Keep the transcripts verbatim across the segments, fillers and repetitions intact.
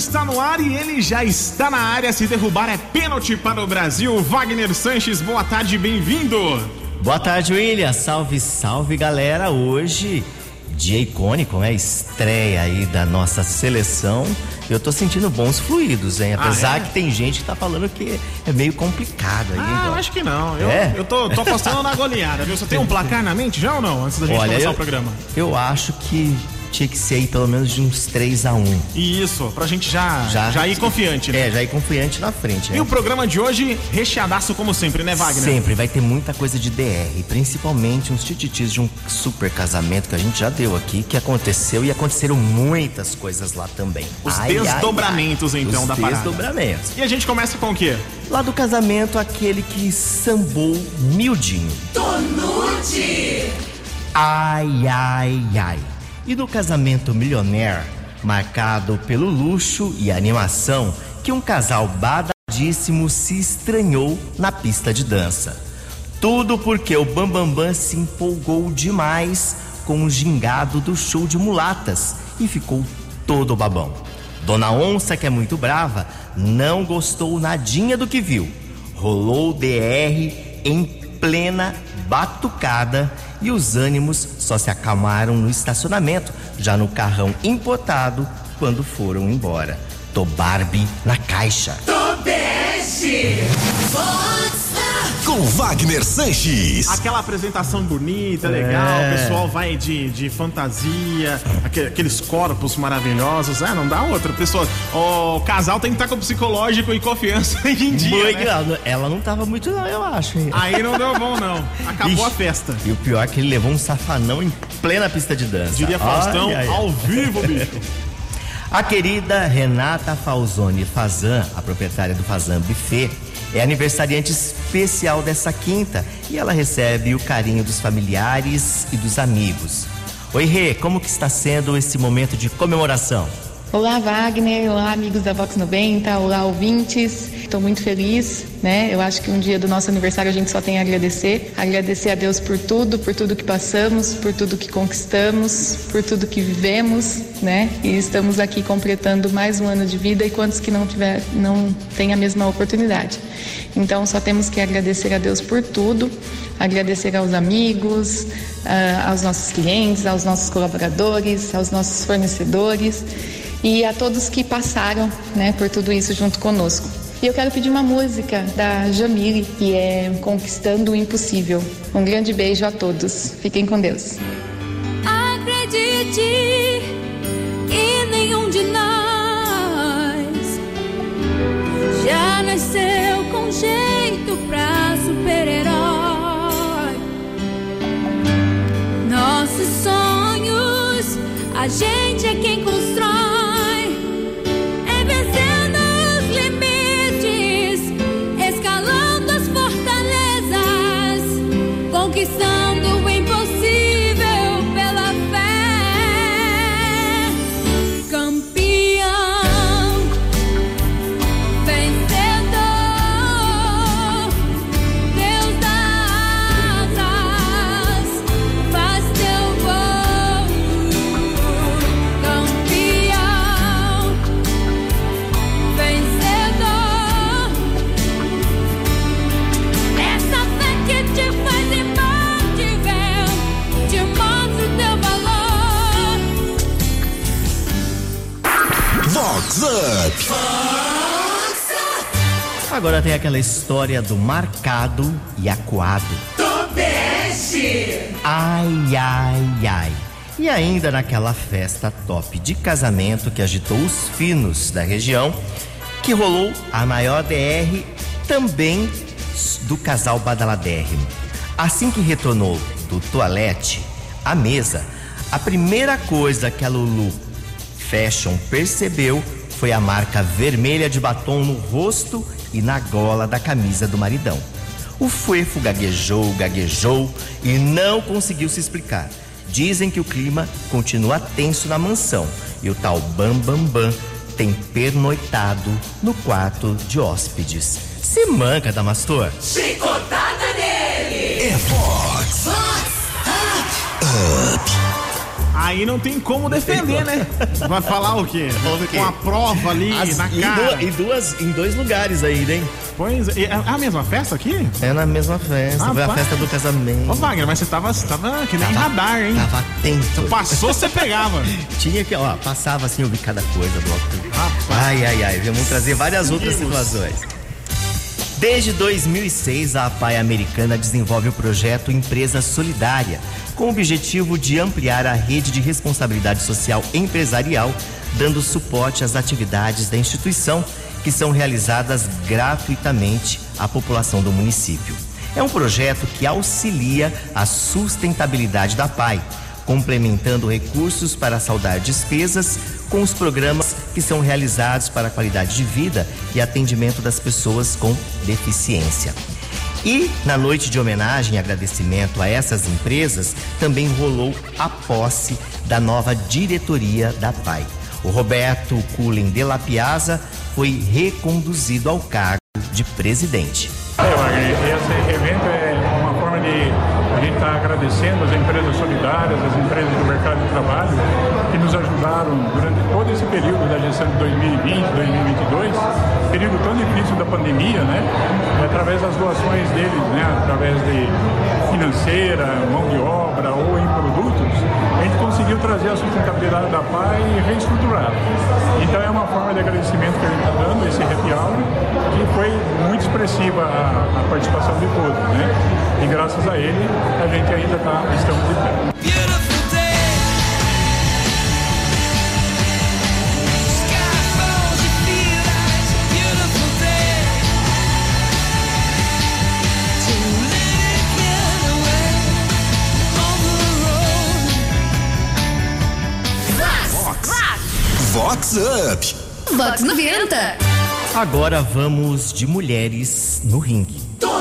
está no ar e ele já está na área. Se derrubar é pênalti para o Brasil. Wagner Sanches, boa tarde, bem-vindo. Boa tarde, William. Salve, salve, galera. Hoje, dia icônico, né? Estreia aí da nossa seleção. Eu tô sentindo bons fluidos, hein? Apesar ah, é? que tem gente que tá falando que é meio complicado aí. Ah, eu acho que não. Eu, é? eu tô, tô apostando na goleada, viu? Você tem um placar na mente já ou não? Antes da gente Olha, começar eu, o programa. Eu acho que tinha que ser aí pelo menos de uns três a um. Isso, pra gente já, já, já ir confiante, né? É, já ir confiante na frente. E né? o programa de hoje, recheadaço como sempre, né, Wagner? Sempre, vai ter muita coisa de D R, principalmente uns tititis de um super casamento que a gente já deu aqui, que aconteceu e aconteceram muitas coisas lá também. Os ai, desdobramentos, ai, ai. então, Os da parada. Os desdobramentos. E a gente começa com o quê? Lá do casamento, aquele que sambou miudinho. Tonute! Ai, ai, ai. E no casamento milionaire, marcado pelo luxo e animação, que um casal badadíssimo se estranhou na pista de dança. Tudo porque o Bambambam Bam Bam se empolgou demais com o gingado do show de mulatas e ficou todo babão. Dona Onça, que é muito brava, não gostou nadinha do que viu. Rolou D R em plena batucada e os ânimos só se acalmaram no estacionamento, já no carrão importado, quando foram embora. Tô Barbie na caixa. Tô Bege! Com Wagner Sanches. Aquela apresentação bonita, legal, é. O pessoal vai de, de fantasia, aqueles corpos maravilhosos, é, não dá outra. Pessoa, o casal tem que estar com psicológico e confiança em dia, né? Ela não tava muito não, eu acho. Hein? Aí não deu bom não, acabou Ixi, a festa. E o pior é que ele levou um safanão em plena pista de dança. Diria Faustão, ai, ai, ao vivo, bicho. A querida Renata Falzoni Fazan, a proprietária do Fazan Buffet, é aniversariante especial dessa quinta e ela recebe o carinho dos familiares e dos amigos. Oi, Rê, como que está sendo esse momento de comemoração? Olá, Wagner, olá, amigos da Vox noventa, olá, ouvintes. Estou muito feliz, né? Eu acho que um dia do nosso aniversário a gente só tem a agradecer. Agradecer a Deus por tudo, por tudo que passamos, por tudo que conquistamos, por tudo que vivemos, né? E estamos aqui completando mais um ano de vida e quantos que não tiver, não têm a mesma oportunidade. Então só temos que agradecer a Deus por tudo, agradecer aos amigos, uh, aos nossos clientes, aos nossos colaboradores, aos nossos fornecedores e a todos que passaram, né, por tudo isso junto conosco. E eu quero pedir uma música da Jamile, que é Conquistando o Impossível. Um grande beijo a todos. Fiquem com Deus. Acredite que nenhum de nós já nasceu com jeito pra super-herói. Nossos sonhos, a gente é quem constrói. Conquistando o impossível pela fé, campeão, vencedor, Deus dá asas, faz teu voo, campeão, vencedor, essa fé que te faz Vox Up. Agora tem aquela história do marcado e acuado. Tô Bege! Ai, ai, ai. E ainda naquela festa top de casamento que agitou os finos da região, que rolou a maior D R também do casal badaladérrimo. Assim que retornou do toalete à mesa, a primeira coisa que a Lulu Fashion percebeu foi a marca vermelha de batom no rosto e na gola da camisa do maridão. O Fuefo gaguejou, gaguejou e não conseguiu se explicar. Dizem que o clima continua tenso na mansão e o tal Bambambam Bam Bam tem pernoitado no quarto de hóspedes. Se manca, Damastor. Chicotada nele! É Vox. Vox Up. Up. Aí não tem como defender, né? Vai falar o quê? Com a prova ali As, na em cara. du- em, duas, em dois lugares aí, hein? Pois é. É a mesma festa aqui? É na mesma festa, Ah, foi a pá. festa do casamento. Ô, Wagner, mas você tava, você tava que nem Tava- radar, hein? Tava atento. Passou, você pegava. Tinha que, ó, passava assim, eu vi cada coisa, bloco. Rapaz. Ai, ai, ai, vamos trazer várias outras Deus. situações. Desde dois mil e seis, a APAE americana desenvolve o projeto Empresa Solidária, com o objetivo de ampliar a rede de responsabilidade social empresarial, dando suporte às atividades da instituição que são realizadas gratuitamente à população do município. É um projeto que auxilia a sustentabilidade da APAE, complementando recursos para saldar despesas com os programas que são realizados para a qualidade de vida e atendimento das pessoas com deficiência. E, na noite de homenagem e agradecimento a essas empresas, também rolou a posse da nova diretoria da APAE. O Roberto Cullen de La Piazza foi reconduzido ao cargo de presidente. É, Wagner, esse evento é uma forma de a gente estar agradecendo as empresas solidárias, as empresas do mercado de trabalho que nos ajudaram durante todo esse período da gestão de dois mil e vinte, dois mil e vinte e dois, período tão difícil da pandemia, né? Através das doações deles, né? Através de financeira, mão de obra ou em produtos, a gente conseguiu trazer a sustentabilidade da APAE e reestruturar. Então é uma forma de agradecimento que a gente está dando, esse happy hour, que foi muito expressiva a, a participação de todos, né? E graças a ele, a gente ainda tá, estamos de pé. Vox Up. Vox noventa. Agora vamos de mulheres no ringue.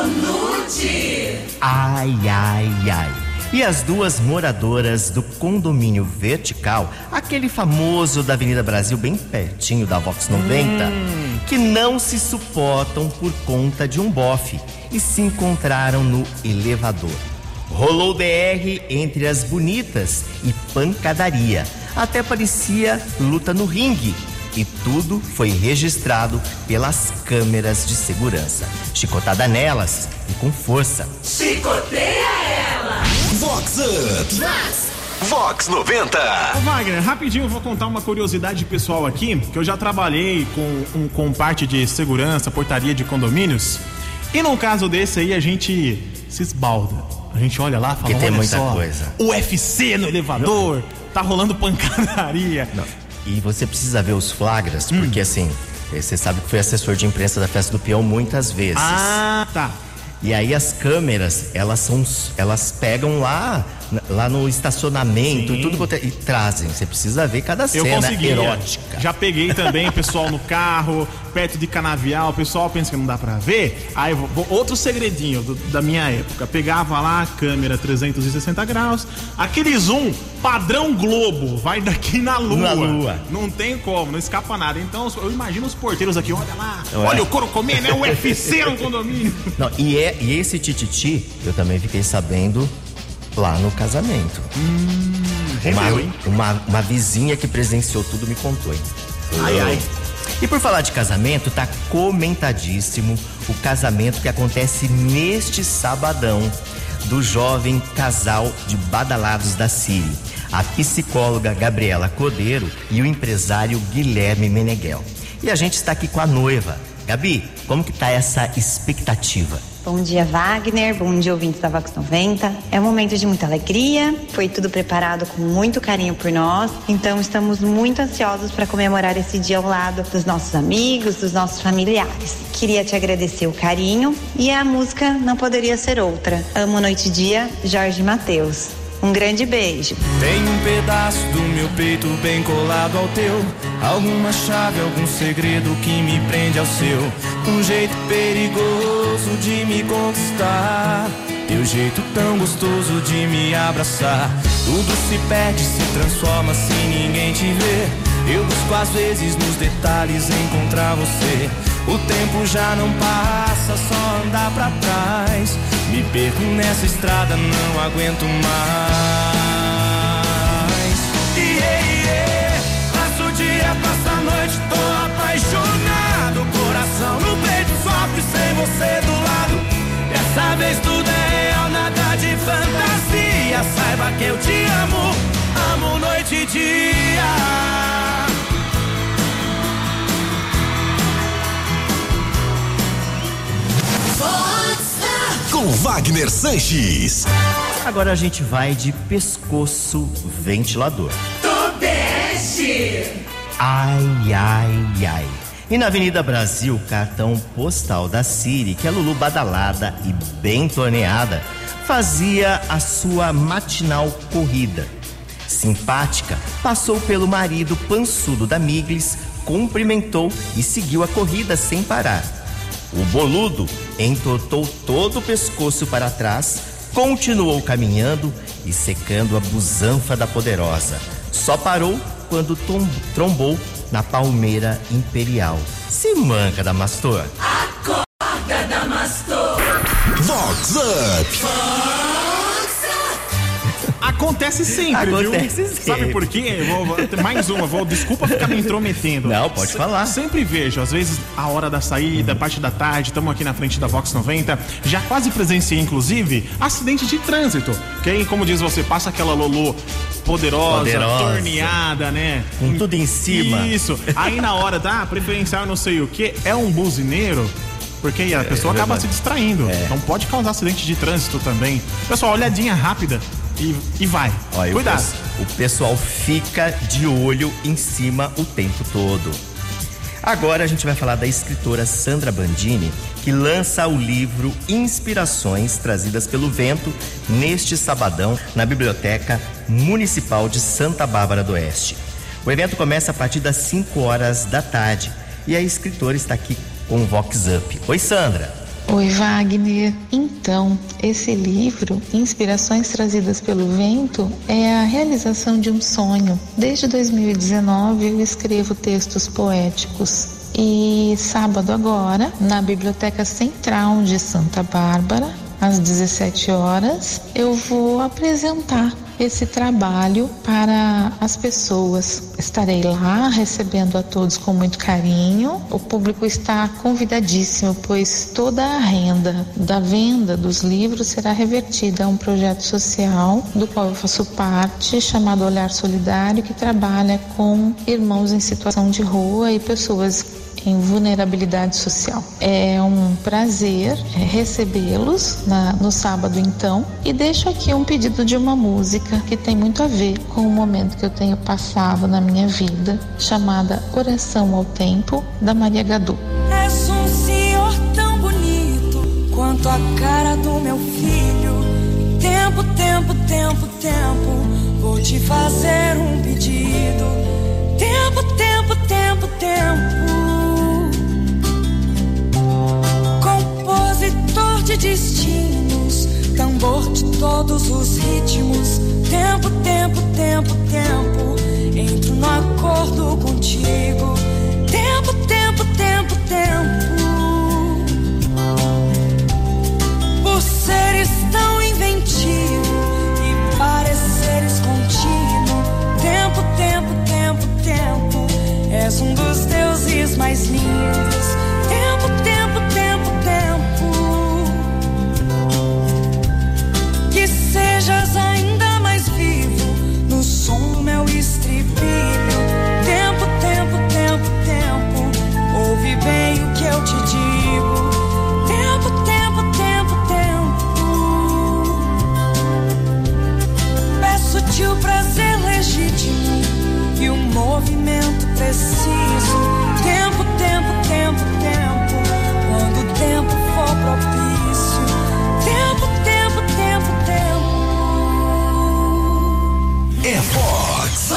Tonute. Ai, ai, ai. E as duas moradoras do condomínio Vertical, aquele famoso da Avenida Brasil, bem pertinho da Vox noventa, hum. que não se suportam por conta de um bofe e se encontraram no elevador. Rolou D R entre as bonitas e pancadaria. Até parecia luta no ringue. E tudo foi registrado pelas câmeras de segurança. Chicotada nelas e com força. Chicoteia ela. Vox Up. Vox. Vox noventa. Ô Wagner, rapidinho eu vou contar uma curiosidade pessoal aqui, que eu já trabalhei com, um, com parte de segurança, portaria de condomínios. E num caso desse aí a gente se esbalda. A gente olha lá e fala, que tem olha muita só, coisa. U F C no elevador, tá rolando pancadaria. Não. E você precisa ver os flagras, hum. porque assim, você sabe que foi assessor de imprensa da Festa do Peão muitas vezes. Ah, tá. E aí as câmeras, elas são, elas pegam lá, lá no estacionamento e tudo e trazem. Você precisa ver cada cena eu consegui, erótica. Já peguei também pessoal no carro, perto de canavial, o pessoal pensa que não dá pra ver. Aí vou, vou, outro segredinho do, da minha época, pegava lá a câmera trezentos e sessenta graus, aquele zoom padrão Globo, vai daqui na lua. Na lua. Não tem como, não escapa nada. Então eu imagino os porteiros aqui, olha lá, Não olha é. o couro comendo, é o U F C no condomínio. Não, e, é, e esse tititi, eu também fiquei sabendo lá no casamento. Hum, uma, rendeu, hein? uma, uma vizinha que presenciou tudo me contou, hein? Ai, ai. E por falar de casamento, tá comentadíssimo o casamento que acontece neste sabadão do jovem casal de badalados da Siri, a psicóloga Gabriela Cordeiro e o empresário Guilherme Meneghel. E a gente está aqui com a noiva. Gabi, como que tá essa expectativa? Bom dia, Wagner. Bom dia, ouvintes da Vox noventa. É um momento de muita alegria. Foi tudo preparado com muito carinho por nós. Então, estamos muito ansiosos para comemorar esse dia ao lado dos nossos amigos, dos nossos familiares. Queria te agradecer o carinho e a música não poderia ser outra. Amo Noite e Dia, Jorge Mateus. Um grande beijo. Tem um pedaço do meu peito bem colado ao teu, alguma chave, algum segredo que me prende ao seu, um jeito perigoso de me conquistar, teu jeito tão gostoso de me abraçar. Tudo se perde, se transforma se ninguém te vê. Eu busco às vezes nos detalhes encontrar você. O tempo já não passa, só andar pra trás. Me perco nessa estrada, não aguento mais. você do lado. Dessa vez tudo é real, nada de fantasia. Saiba que eu te amo, amo noite e dia. Com Wagner Sanches. Agora a gente vai de pescoço ventilador. Tobeste. Ai, ai, ai. E na Avenida Brasil, cartão postal da Siri, que é Lulu badalada e bem torneada, fazia a sua matinal corrida. Simpática, passou pelo marido pançudo da Miglis, cumprimentou e seguiu a corrida sem parar. O boludo entortou todo o pescoço para trás, continuou caminhando e secando a busanfa da poderosa. Só parou quando tom- trombou na palmeira imperial. Se manca, Damastor. Acorda, Damastor. Vox Up. Acontece sempre, Acontece viu? sempre. Sabe por quê? Eu vou, vou- mais uma, vou, desculpa ficar me intrometendo. Não, pode Se- falar. Sempre vejo, às vezes, a hora da saída, parte da tarde, estamos aqui na frente da Vox noventa. Já quase presenciei, inclusive, acidente de trânsito. Que aí, como diz você, passa aquela Lolo poderosa, Poderosa. torneada, né? Com tudo em cima. Isso. Aí na hora da preferencial não sei o que, é um buzineiro. Porque aí a pessoa acaba verdade. se distraindo. É. Então pode causar acidente de trânsito também. Pessoal, olhadinha rápida e, e vai. Olha, Cuidado. O, pes- o pessoal fica de olho em cima o tempo todo. Agora a gente vai falar da escritora Sandra Bandini, que lança o livro Inspirações Trazidas pelo Vento neste sabadão na Biblioteca Municipal de Santa Bárbara do Oeste. O evento começa a partir das cinco horas da tarde e a escritora está aqui com o Vox Up. Oi, Sandra. Oi, Wagner. Então, esse livro, Inspirações Trazidas pelo Vento, é a realização de um sonho. Desde dois mil e dezenove eu escrevo textos poéticos. E sábado agora, na Biblioteca Central de Santa Bárbara, às dezessete horas, eu vou apresentar esse trabalho para as pessoas. Estarei lá recebendo a todos com muito carinho. O público está convidadíssimo, pois toda a renda da venda dos livros será revertida a um projeto social do qual eu faço parte, chamado Olhar Solidário, que trabalha com irmãos em situação de rua e pessoas em vulnerabilidade social. É um prazer é, recebê-los na, no sábado então, e deixo aqui um pedido de uma música que tem muito a ver com o momento que eu tenho passado na minha vida, chamada Oração ao Tempo, da Maria Gadu. És um senhor tão bonito quanto a cara do meu filho. Tempo, tempo, tempo, tempo, vou te fazer um pedido. Tempo, tempo, tempo, tempo, compositor de destinos, tambor de todos os ritmos. Tempo, tempo, tempo, tempo, entro no acordo contigo. Tempo, tempo, tempo, tempo, por seres tão inventivo e pareceres contínuo. Tempo, tempo, tempo, tempo, és um dos deuses mais lindos. Tempo, tempo, tempo, tempo, que sejas ainda mais vivo no som do meu estribilho. Tempo, tempo, tempo, tempo, ouve bem o que eu te digo. Tempo, tempo, tempo, tempo, peço-te o prazer legítimo e o movimento preciso. Tempo, tempo, tempo, tempo, quando o tempo for propício. Tempo, tempo, tempo, tempo. É Vox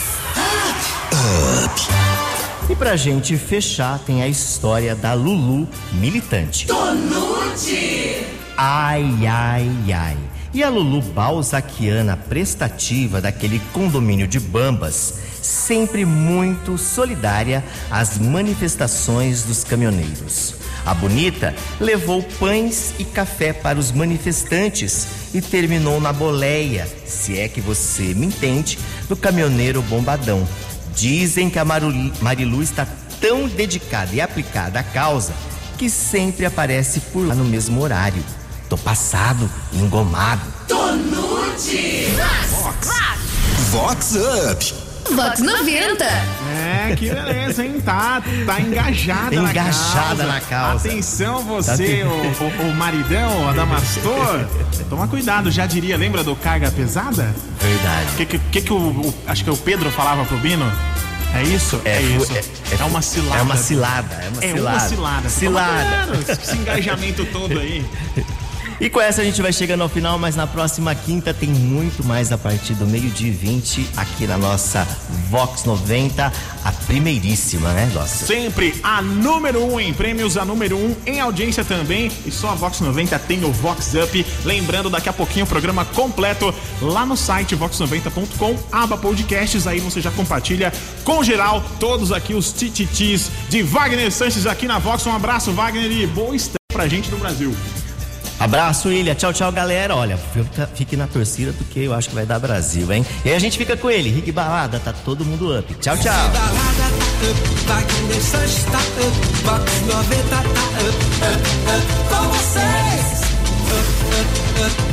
Up. E pra gente fechar, tem a história da Lulu militante. Tonute. Ai, ai, ai. E a Lulu balzaquiana prestativa daquele condomínio de Bambas, sempre muito solidária às manifestações dos caminhoneiros. A bonita levou pães e café para os manifestantes e terminou na boleia, se é que você me entende, do caminhoneiro bombadão. Dizem que a Marilu está tão dedicada e aplicada à causa que sempre aparece por lá no mesmo horário. Tô passado, engomado. Tô nude. Vox. Vox Up. Vox noventa. É, que beleza, hein? Tá, tá engajada, engajada na, na causa. causa. Atenção você, o, o, o maridão, Adamastor. Toma cuidado, já diria, lembra do Carga Pesada? Verdade. O que que, que, que o, o, acho que o Pedro falava pro Bino? É isso? É, é isso. É, é, é uma cilada. É uma cilada. É uma é cilada. Uma cilada. Cilada. Esse engajamento todo aí. E com essa a gente vai chegando ao final, mas na próxima quinta tem muito mais a partir do meio-dia e vinte aqui na nossa Vox noventa, a primeiríssima, né, Dócia? Sempre a número um em prêmios, a número um em audiência também. E só a Vox noventa tem o Vox Up. Lembrando, daqui a pouquinho o programa completo lá no site vox noventa ponto com, aba podcasts. Aí você já compartilha com geral todos aqui os tititis de Wagner Sanches aqui na Vox. Um abraço, Wagner, e boa estreia pra gente no Brasil. Abraço, Ilha. Tchau, tchau, galera. Olha, fica, fique na torcida porque eu acho que vai dar Brasil, hein? E aí a gente fica com ele, Rick Balada, tá todo mundo up. Tchau, tchau. Balada tá up, Wagner Sanches tá up, Vox noventa tá up, up, up, com vocês. Up, up, up.